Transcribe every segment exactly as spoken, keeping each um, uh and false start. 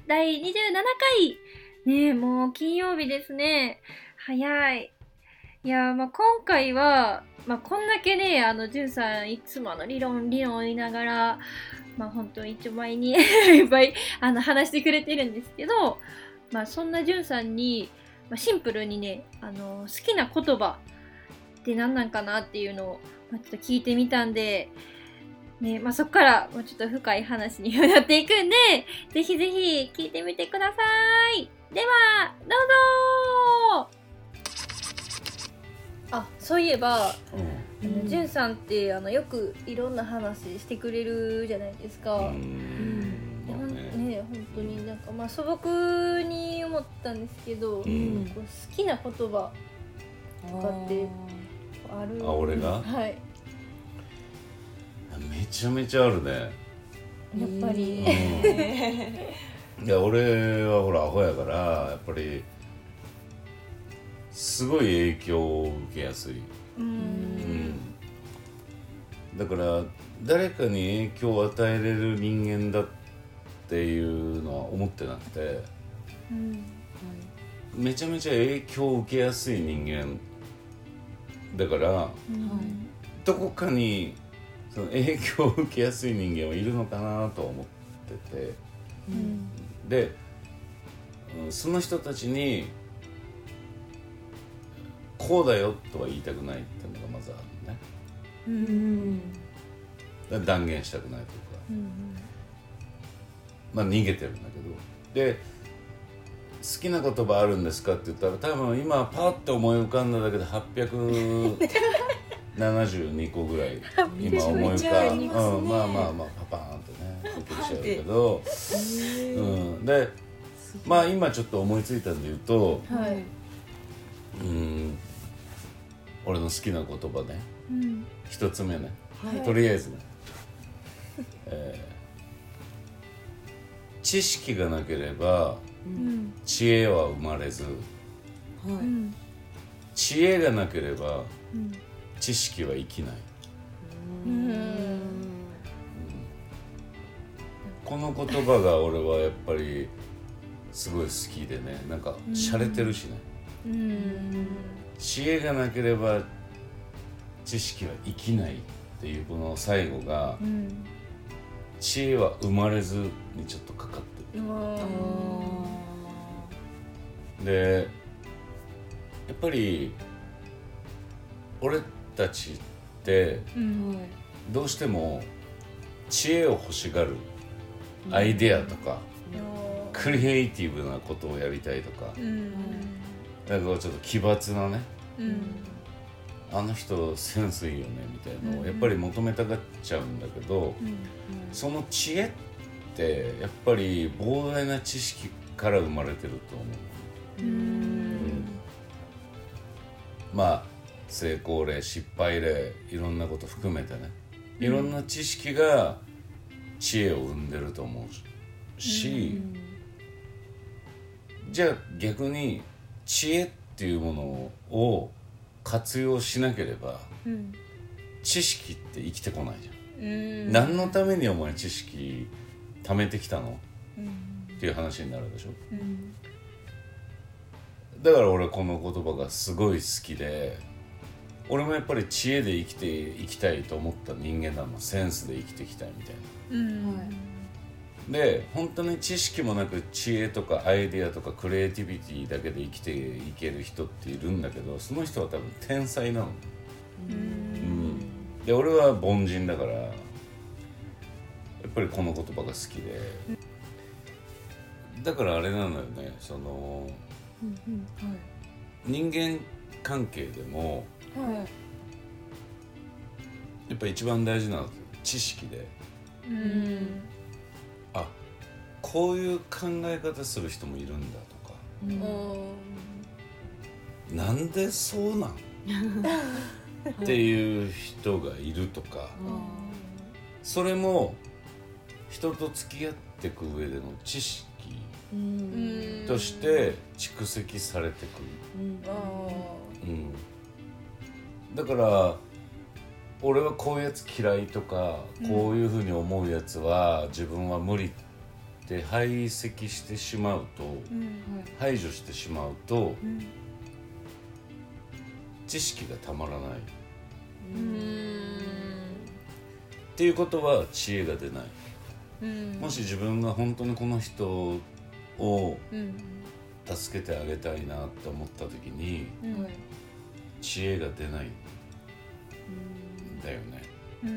だいにじゅうななかいねえ、もう金曜日ですね。早い。いやー、まあ、今回は、まあ、こんだけね、あの、じゅんさんいつもあの理論理論を言いながら、まあ、本当一枚にいっぱいあの話してくれてるんですけど、まあ、そんなじゅんさんに、まあ、シンプルにね、あの好きな言葉って何なんかなっていうのを、まあ、ちょっと聞いてみたんで、ね、まあ、そこからもうちょっと深い話になっていくんで、ぜひぜひ聞いてみてください。では、どうぞ。あ、そういえば、 うん、 じゅんさんってあのよくいろんな話してくれるじゃないですか。 ううんん、まあね、ね、本当になんかまあ素朴に思ったんですけど、うん、こう好きな言葉とかってある？ あ、俺が？ はい。 めちゃめちゃあるね。 やっぱり。 うん、いや俺はほらアホやからやっぱりすごい影響を受けやすい。うん、だから誰かに影響を与えれる人間だっていうのは思ってなくて、うん、めちゃめちゃ影響を受けやすい人間だから、うん、どこかにその影響を受けやすい人間はいるのかなと思ってて、うん、でその人たちにこうだよとは言いたくないっていうのがまずあるね、うん、だから断言したくないというか、うん、まあ逃げてるんだけど、で好きな言葉あるんですかって言ったら多分今パッと思い浮かんだだけではっぴゃくななじゅうにこぐらい今思い浮かんで、うん、まあまあまあパパーンとねびっくりしちゃうけど、うん、でまあ今ちょっと思いついたんで言うと、はい、うん俺の好きな言葉ね、うん、一つ目ね、はい、とりあえずね、えー、知識がなければ、うん、知恵は生まれず、はい、知恵がなければ、うん、知識は生きない。うん、うん、この言葉が俺はやっぱりすごい好きでね、なんか洒落てるしね、うん、知恵がなければ知識は生きないっていうこの最後が、うん、知恵は生まれずにちょっとかかってる。でやっぱり俺たちってどうしても知恵を欲しがる、アイデアとか、うん、クリエイティブなことをやりたいとか、うん、なんかちょっと奇抜なね、うん、あの人センスいいよねみたいなのをやっぱり求めたがっちゃうんだけど、うんうん、その知恵ってやっぱり膨大な知識から生まれてると思う。うん、うん、まあ成功例失敗例いろんなこと含めてね、いろんな知識が知恵を生んでると思うし、うん、じゃあ逆に知恵っていうものを活用しなければ、うん、知識って生きてこないじゃん、うん、何のためにお前知識貯めてきたの、うん、っていう話になるでしょ、うん、だから俺この言葉がすごい好きで、俺もやっぱり知恵で生きていきたいと思った人間なの、センスで生きていきたいみたいな、うんはい、で本当に知識もなく知恵とかアイデアとかクリエイティビティだけで生きていける人っているんだけど、その人は多分天才なの、うん、うん、で俺は凡人だからやっぱりこの言葉が好きで、だからあれなのよね、その、うんうんはい、人間関係でもはい、やっぱ一番大事なのは知識で、うん、あこういう考え方する人もいるんだとか、うん、なんでそうなんっていう人がいるとか、うん、それも人と付き合っていく上での知識として蓄積されてくる、うんうんだから俺はこういうやつ嫌いとか、うん、こういう風に思うやつは自分は無理っって排斥してしまうと、うん、排除してしまうと、うん、知識がたまらない。うーんっていうことは知恵が出ない。うん、もし自分が本当にこの人を助けてあげたいなって思った時に、うん、知恵が出ないんだよね。うん、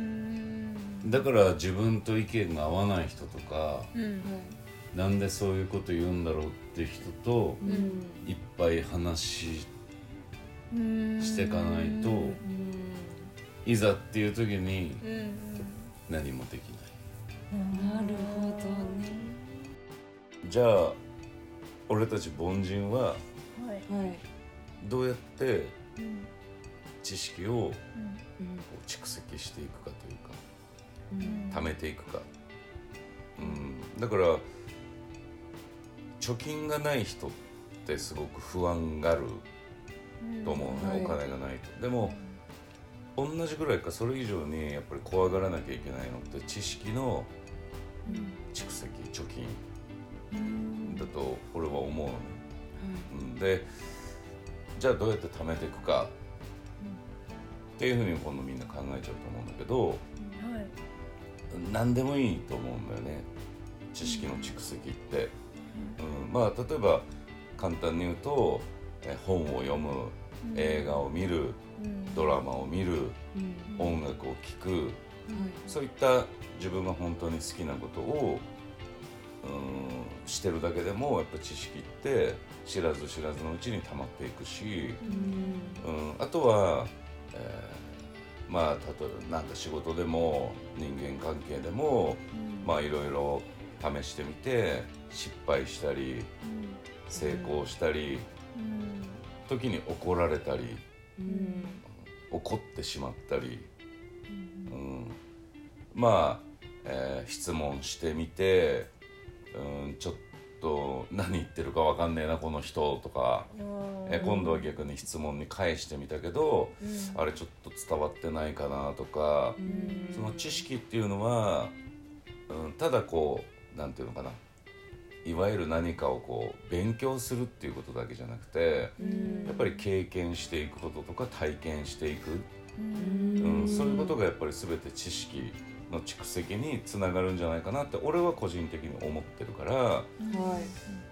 だから自分と意見が合わない人とか、うん、なんでそういうこと言うんだろうって人といっぱい話し、うん、していかないと、うん、いざっていう時に何もできない。 なるほどね。 じゃあ俺たち凡人はどうやって知識をこう蓄積していくかというか、うん、貯めていくか、うん、だから貯金がない人ってすごく不安がると思うね、うん、お金がないと。でも同じぐらいかそれ以上にやっぱり怖がらなきゃいけないのって知識の蓄積、貯金だと俺は思うのね、うん、でじゃあどうやって貯めていくかっていうふうに今度みんな考えちゃうと思うんだけど、はい、何でもいいと思うんだよね、知識の蓄積って、うんうん、まあ例えば簡単に言うとえ本を読む、うん、映画を見る、うん、ドラマを見る、うん、音楽を聴く、うん、そういった自分が本当に好きなことを、うん、してるだけでもやっぱ知識って知らず知らずのうちに溜まっていくし、うんうん、あとは、えー、まあ例えばなんか仕事でも人間関係でも、うん、まあいろいろ試してみて失敗したり、うん、成功したり、うん、時に怒られたり、うん、怒ってしまったり、うんうん、まあ、えー、質問してみて、うん、ちょっと何言ってるか分かんねえなこの人とか、えー、今度は逆に質問に返してみたけど、うん、あれちょっと伝わってないかなとか、うん、その知識っていうのは、うん、ただこうなんていうのかな、いわゆる何かをこう勉強するっていうことだけじゃなくて、うん、やっぱり経験していくこととか体験していく、うんうん、そういうことがやっぱり全て知識の蓄積につながるんじゃないかなって俺は個人的に思ってるから、はい、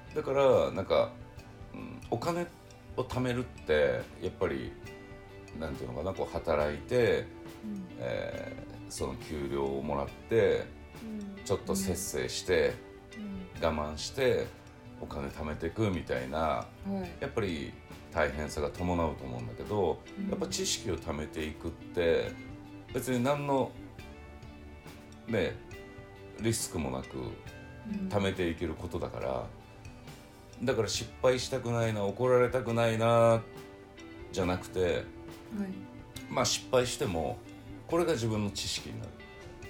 だからなんか、うん、お金を貯めるってやっぱりなんていうのかな、こう働いて、うんえー、その給料をもらって、うん、ちょっと節制して、うん、我慢してお金貯めていくみたいな、はい、やっぱり大変さが伴うと思うんだけど、うん、やっぱ知識を貯めていくって別に何のねリスクもなく貯めていけることだから、うん、だから失敗したくないな、怒られたくないなじゃなくて、はい、まあ失敗してもこれが自分の知識になる、うん、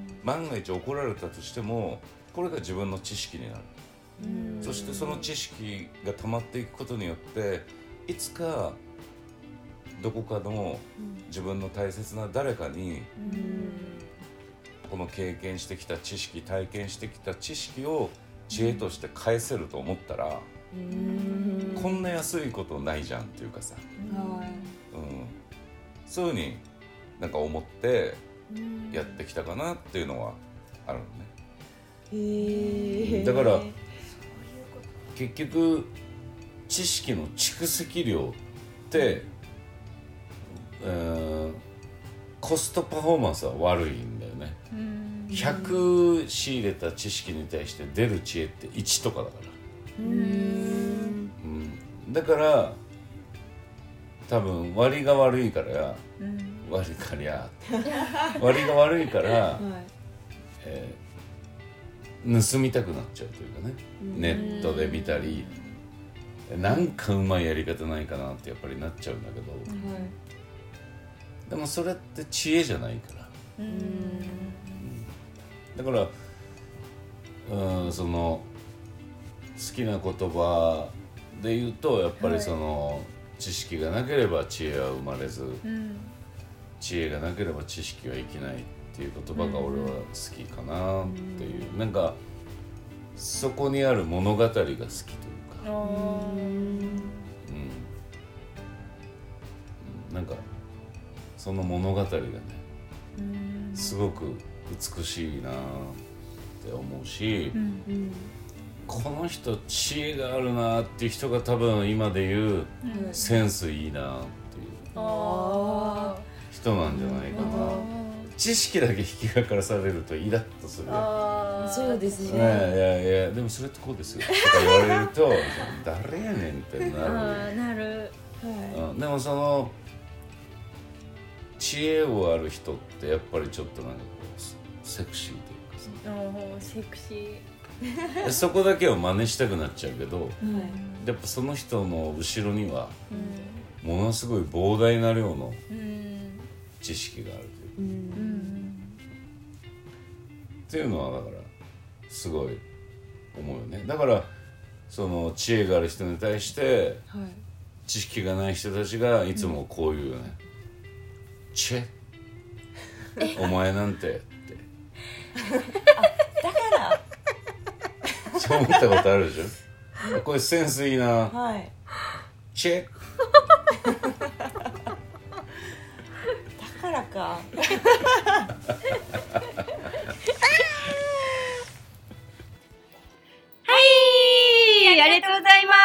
万が一怒られたとしてもこれが自分の知識になる、うん、そしてその知識が溜まっていくことによっていつかどこかの自分の大切な誰かに、うん、この経験してきた知識、体験してきた知識を知恵として返せると思ったら、うん、こんな安いことないじゃんっていうかさ、うんうん、そういうふうになんか思ってやってきたかなっていうのはあるのね。へー、だから結局知識の蓄積量って、えー、コストパフォーマンスは悪いんだよね。ひゃく仕入れた知識に対して出る知恵っていちとかだから、うーん、うん、だから多分割が悪いから、うん、割かりゃ割が悪いから、はいえー、盗みたくなっちゃうというかね、ネットで見たりなんかうまいやり方ないかなってやっぱりなっちゃうんだけど、はい、でもそれって知恵じゃないから、うーん、だからうんその好きな言葉で言うとやっぱりその、はい、知識がなければ知恵は生まれず、うん、知恵がなければ知識は生きないっていう言葉が俺は好きかなっていう、うん、なんかそこにある物語が好きというか、 うん、 なんかその物語がね、すごく美しいなって思うし、うんうん、この人知恵があるなっていう人が多分今で言う、うん、センスいいなっていう人なんじゃないかな。知識だけ引きがからされるとイラッとする。 あ、そうですね。 いやいやでもそれってこうですよとか言われると誰やねんってなる。 あ、なる、 はい、でもその知恵をある人ってやっぱりちょっとなんかこうセクシーというかさ、 セクシーそこだけを真似したくなっちゃうけど、はい、やっぱその人の後ろにはものすごい膨大な量の知識があるというか、うんうん、っていうのはだからすごい思うよね。だからその知恵がある人に対して、はい、知識がない人たちがいつもこういうよね、うん、チェお前なんてってあ、だからそう思ったことあるでしょ。これセンスいいな、はい、チェだからかはい、ありがとうございます。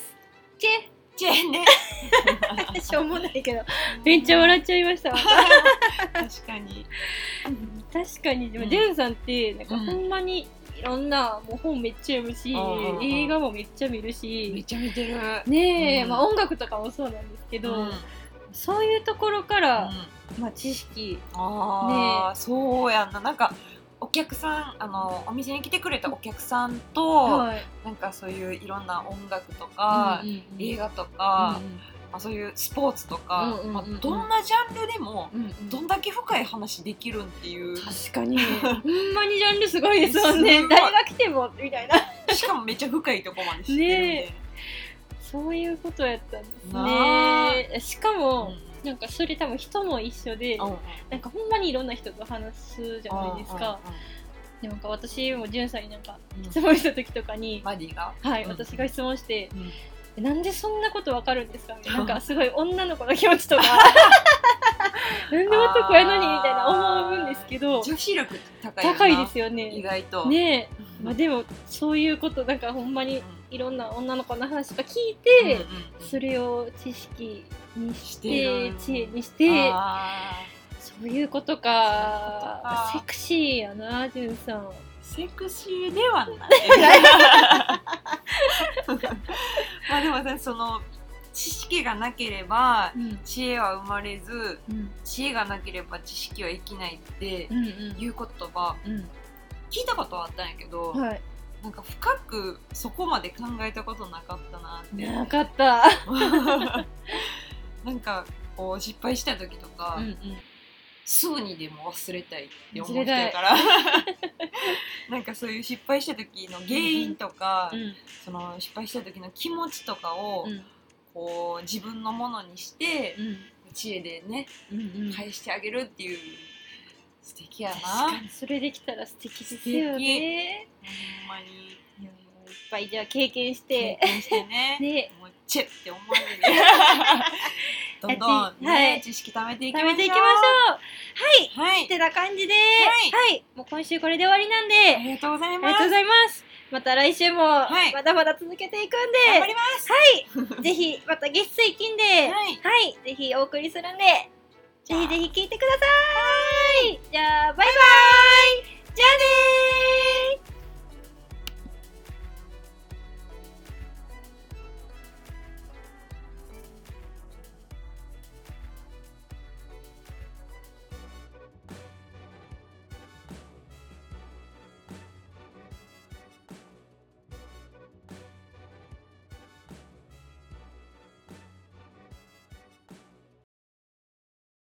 チェチェねしょうもないけどめっちゃ笑っちゃいました確かに確かに。でもジュンさんってなんかほんまにいろんなもう本めっちゃ読むし、うん、映画もめっちゃ見るし、 めっちゃ見てるねえ、うん、まあ音楽とかもそうなんですけど、うん、そういうところから、うん、まあ知識、 あ、ね、そうやんな。なんかお客さん、あのお店に来てくれたお客さんと、はい、なんかそういういろんな音楽とか、うんうんうん、映画とか、うんうん、まあ、そういうスポーツとか、うんうんうんうん、まあ、どんなジャンルでも、うんうん、どんだけ深い話できるんっていう。 確かにほんまにジャンルすごいですもんね。誰が来てもみたいなしかもめっちゃ深いとこまで知ってるんで、ね、 そういうことやったんですね。しかも、うん、なんかそれ多分人も一緒で、うん、なんかほんまにいろんな人と話すじゃないですか。うんうんうん、でもなんか私もじゅんさんになんか質問した時とかに、 うん、マディが、 はい、うん、私が質問して、うん、なんでそんなことわかるんですかみたいな、なんかすごい女の子の気持ちとかなんで男やのにみたいな思うんですけど、 女子力高いよな。 高いですよね、 意外とね。うん、まあ、でもそういうことなんかほんまにいろんな女の子の話とか聞いて、うんうんうん、それを知識にして知恵にして、そういうことか。セクシーやな、じゅんさん。 セクシーではないまあでもさ、その知識がなければ知恵は生まれず、うん、知恵がなければ知識は生きないっていう言葉、うんうん、聞いたことはあったんやけど、はい、なんか深くそこまで考えたことなかったなって。 なかったなんかこう失敗した時とか、うんうん、すぐにでも忘れたいって思ってるからなんかそういう失敗した時の原因とか、うん、その失敗した時の気持ちとかを、うん、こう自分のものにして、うん、知恵でね、うんうん、返してあげるっていう。素敵やな。確かにそれできたら素敵ですよね。 ほんまにいっぱいじゃあ経験して経験してねね、もうチェって思わずにどんどん、ね、はい、知識貯めていきましょう。 貯めていきましょう。はい、はい、ってな感じで、はい、はい、もう今週これで終わりなんで、 ありがとうございます。 ありがとうございます。また来週もまだまだ続けていくんで、 頑張ります。 はい、ぜひまた月水金で、はい、はい、ぜひお送りするんで、ぜひぜひ聞いてください。じゃあバイバイ。じゃあねー。